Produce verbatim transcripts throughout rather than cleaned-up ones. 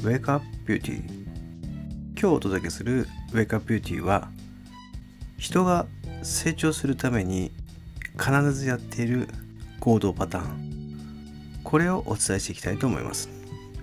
Wake Up Beauty。 今日お届けする Wake Up Beauty は、人が成長するために必ずやっている行動パターン、これをお伝えしていきたいと思います。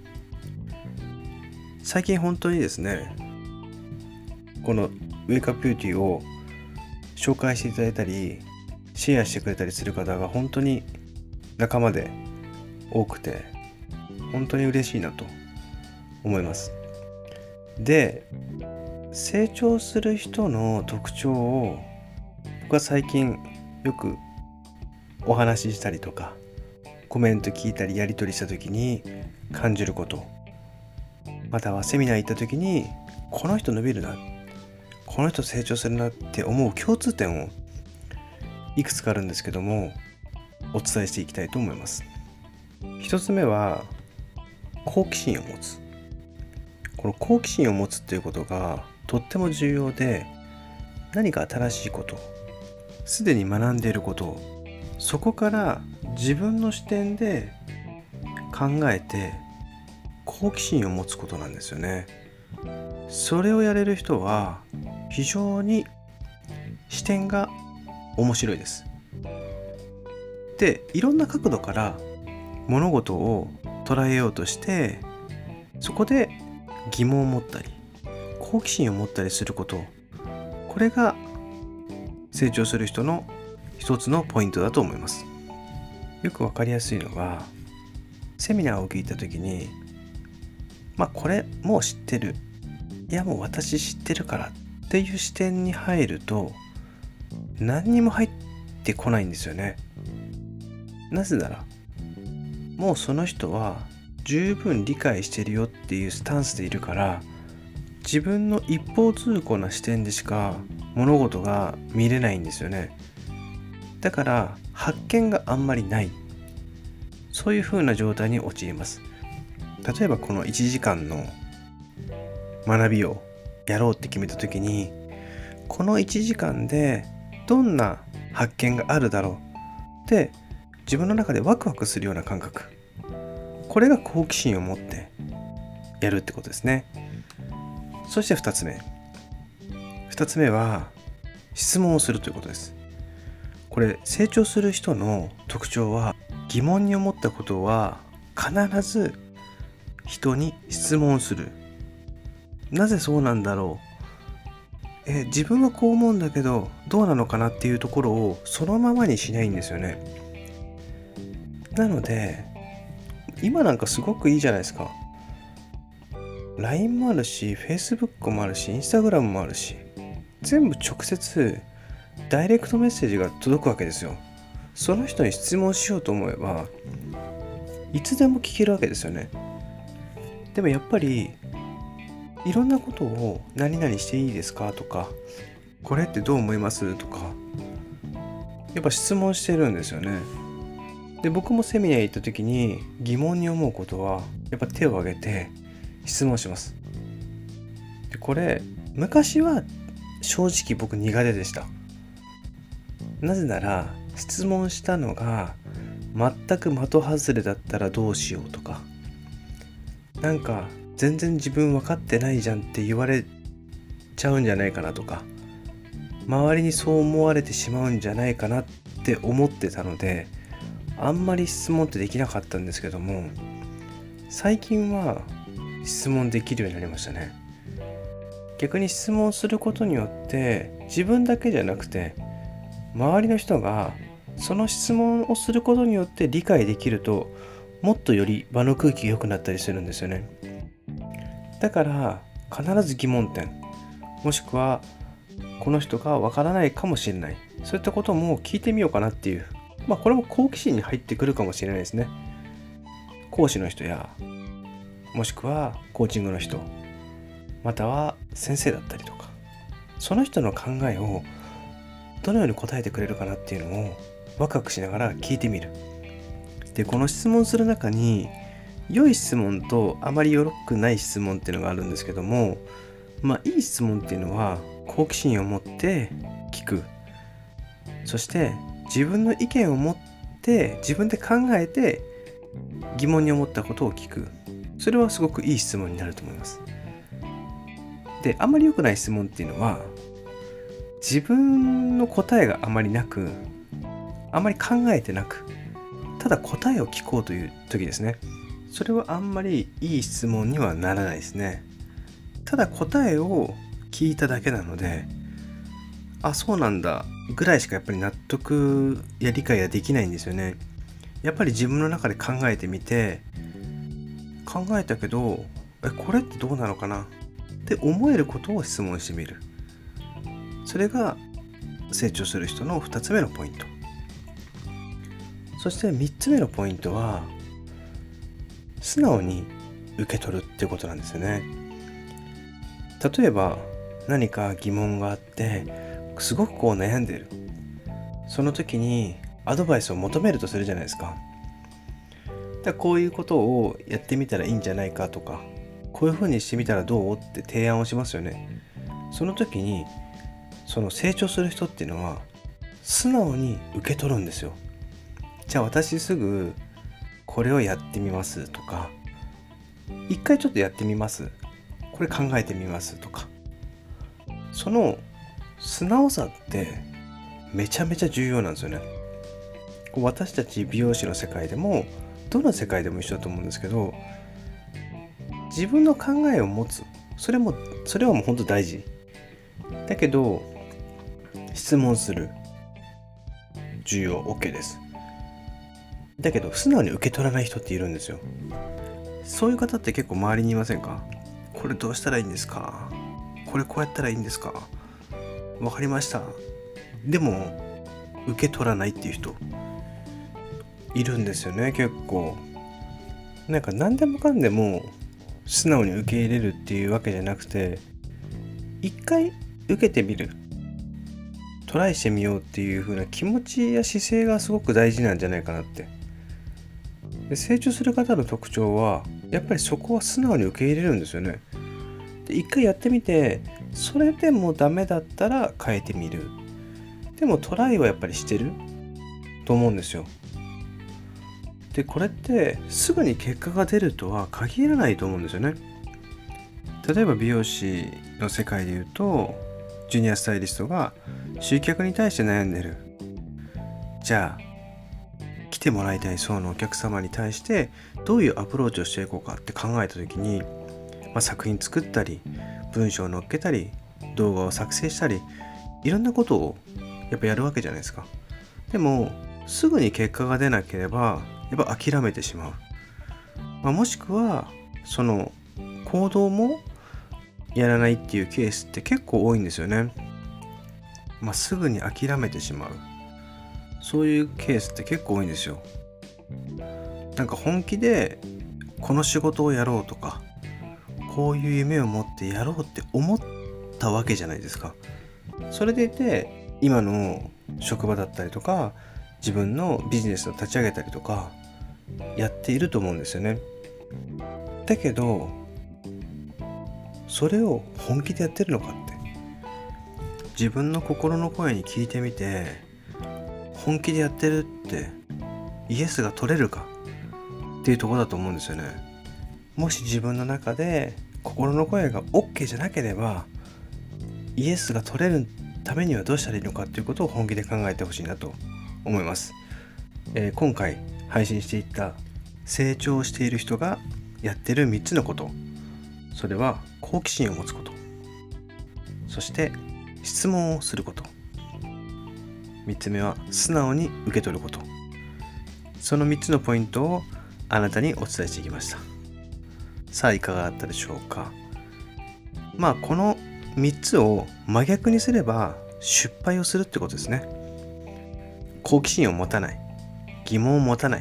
最近本当にですね、この Wake Up Beauty を紹介していただいたりシェアしてくれたりする方が本当に仲間で多くて、本当に嬉しいなと思います。で、成長する人の特徴を僕は最近よくお話ししたりとかコメント聞いたりやり取りした時に感じること、またはセミナー行った時にこの人伸びるな、この人成長するなって思う共通点をいくつかあるんですけども、お伝えしていきたいと思います。一つ目は好奇心を持つ。この好奇心を持つっていうことがとっても重要で、何か新しいこと、すでに学んでいること、そこから自分の視点で考えて好奇心を持つことなんですよね。それをやれる人は非常に視点が面白いです。で、いろんな角度から物事を捉えようとして、そこで疑問を持ったり好奇心を持ったりすること、これが成長する人の一つのポイントだと思います。よくわかりやすいのは、セミナーを聞いた時に、まあこれもう知ってる、いやもう私知ってるからっていう視点に入ると何にも入ってこないんですよね。なぜならもうその人は十分理解してるよっていうスタンスでいるから、自分の一方通行な視点でしか物事が見れないんですよね。だから発見があんまりない、そういう風な状態に陥ります。例えばこのいちじかんの学びをやろうって決めた時に、このいちじかんでどんな発見があるだろうって自分の中でワクワクするような感覚、これが好奇心を持ってやるってことですね。そしてふたつめふたつめは質問をするということです。これ成長する人の特徴は、疑問に思ったことは必ず人に質問する。なぜそうなんだろう、え自分はこう思うんだけどどうなのかなっていうところをそのままにしないんですよね。なので今なんかすごくいいじゃないですか。 ライン もあるし Facebook もあるし Instagram もあるし、全部直接ダイレクトメッセージが届くわけですよ。その人に質問しようと思えばいつでも聞けるわけですよね。でもやっぱりいろんなことを何々していいですかとか、これってどう思いますとか、やっぱ質問してるんですよね。で、僕もセミナー行った時に疑問に思うことはやっぱ手を挙げて質問します。で、これ昔は正直僕苦手でした。なぜなら質問したのが全く的外れだったらどうしようとか、なんか全然自分分かってないじゃんって言われちゃうんじゃないかなとか、周りにそう思われてしまうんじゃないかなって思ってたので、あんまり質問ってできなかったんですけども、最近は質問できるようになりましたね。逆に質問することによって自分だけじゃなくて周りの人がその質問をすることによって理解できると、もっとより場の空気が良くなったりするんですよね。だから必ず疑問点、もしくはこの人がわからないかもしれない、そういったことも聞いてみようかなっていう、まあこれも好奇心に入ってくるかもしれないですね。講師の人や、もしくはコーチングの人、または先生だったりとか、その人の考えをどのように答えてくれるかなっていうのをワクワクしながら聞いてみる。で、この質問する中に良い質問とあまり良くない質問っていうのがあるんですけども、まあいい質問っていうのは好奇心を持って聞く、そして自分の意見を持って自分で考えて疑問に思ったことを聞く、 それはすごくいい質問になると思います。で、あんまり良くない質問っていうのは、自分の答えがあまりなく、あまり考えてなく、ただ答えを聞こうという時ですね。それはあんまりいい質問にはならないですね。ただ答えを聞いただけなので、あ、そうなんだぐらいしかやっぱり納得や理解ができないんですよね。やっぱり自分の中で考えてみて、考えたけど、え、これってどうなのかなって思えることを質問してみる。それが成長する人のふたつめのポイント。そしてみっつめのポイントは、素直に受け取るってことなんですよね。例えば何か疑問があって、すごくこう悩んでいる。その時にアドバイスを求めるとするじゃないですか。だからこういうことをやってみたらいいんじゃないかとか、こういうふうにしてみたらどうって提案をしますよね。その時にその成長する人っていうのは素直に受け取るんですよ。じゃあ私すぐこれをやってみますとか、一回ちょっとやってみます、これ考えてみますとか、その素直さってめちゃめちゃ重要なんですよね。私たち美容師の世界でもどの世界でも一緒だと思うんですけど、自分の考えを持つ、それもそれはもう本当大事だけど、質問する、重要 OK です。だけど素直に受け取らない人っているんですよ。そういう方って結構周りにいませんか？これどうしたらいいんですか？これこうやったらいいんですか？わかりました。でも受け取らないっていう人いるんですよね。結構なんか何でもかんでも素直に受け入れるっていうわけじゃなくて、一回受けてみる、トライしてみようっていう風な気持ちや姿勢がすごく大事なんじゃないかなって。で、成長する方の特徴はやっぱりそこは素直に受け入れるんですよね。で、一回やってみて、それでもダメだったら変えてみる。でもトライはやっぱりしてると思うんですよ。で、これってすぐに結果が出るとは限らないと思うんですよね。例えば美容師の世界で言うと、ジュニアスタイリストが集客に対して悩んでる。じゃあ来てもらいたい層のお客様に対してどういうアプローチをしていこうかって考えた時に、まあ、作品作ったり文章を載っけたり動画を作成したり、いろんなことをやっぱやるわけじゃないですか。でもすぐに結果が出なければやっぱ諦めてしまう、まあ、もしくはその行動もやらないっていうケースって結構多いんですよね。まあ、すぐに諦めてしまう、そういうケースって結構多いんですよ。なんか本気でこの仕事をやろうとか、こういう夢を持ってやろうって思ったわけじゃないですか。それでいて今の職場だったりとか自分のビジネスを立ち上げたりとかやっていると思うんですよね。だけどそれを本気でやってるのかって、自分の心の声に聞いてみて、本気でやってるってイエスが取れるかっていうところだと思うんですよね。もし自分の中で心の声が OK じゃなければ、イエスが取れるためにはどうしたらいいのかっていうことを本気で考えてほしいなと思います。えー、今回配信していった成長している人がやってるみっつのこと、それは好奇心を持つこと、そして質問をすること、みっつめは素直に受け取ること。そのみっつのポイントをあなたにお伝えしていきました。さあいかがだったでしょうか。まあこのみっつを真逆にすれば失敗をするってことですね。好奇心を持たない、疑問を持たない、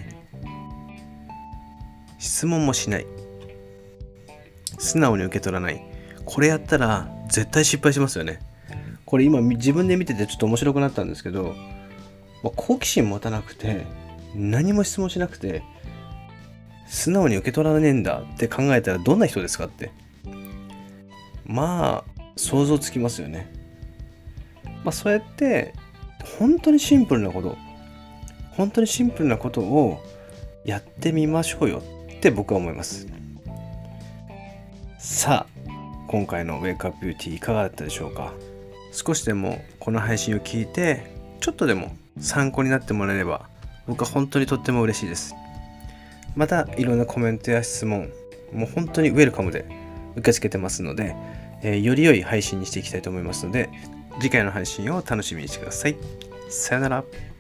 質問もしない、素直に受け取らない。これやったら絶対失敗しますよね。これ今自分で見ててちょっと面白くなったんですけど、まあ、好奇心持たなくて何も質問しなくて素直に受け取らねえんだって考えたらどんな人ですかって、まあ想像つきますよね。まあそうやって本当にシンプルなこと本当にシンプルなことをやってみましょうよって僕は思います。 さあ、今回のウェイクアップビューティーいかがだったでしょうか。少しでもこの配信を聞いてちょっとでも参考になってもらえれば僕は本当にとっても嬉しいです。またいろんなコメントや質問もう本当にウェルカムで受け付けてますので、えー、より良い配信にしていきたいと思いますので、次回の配信を楽しみにしてください。さよなら。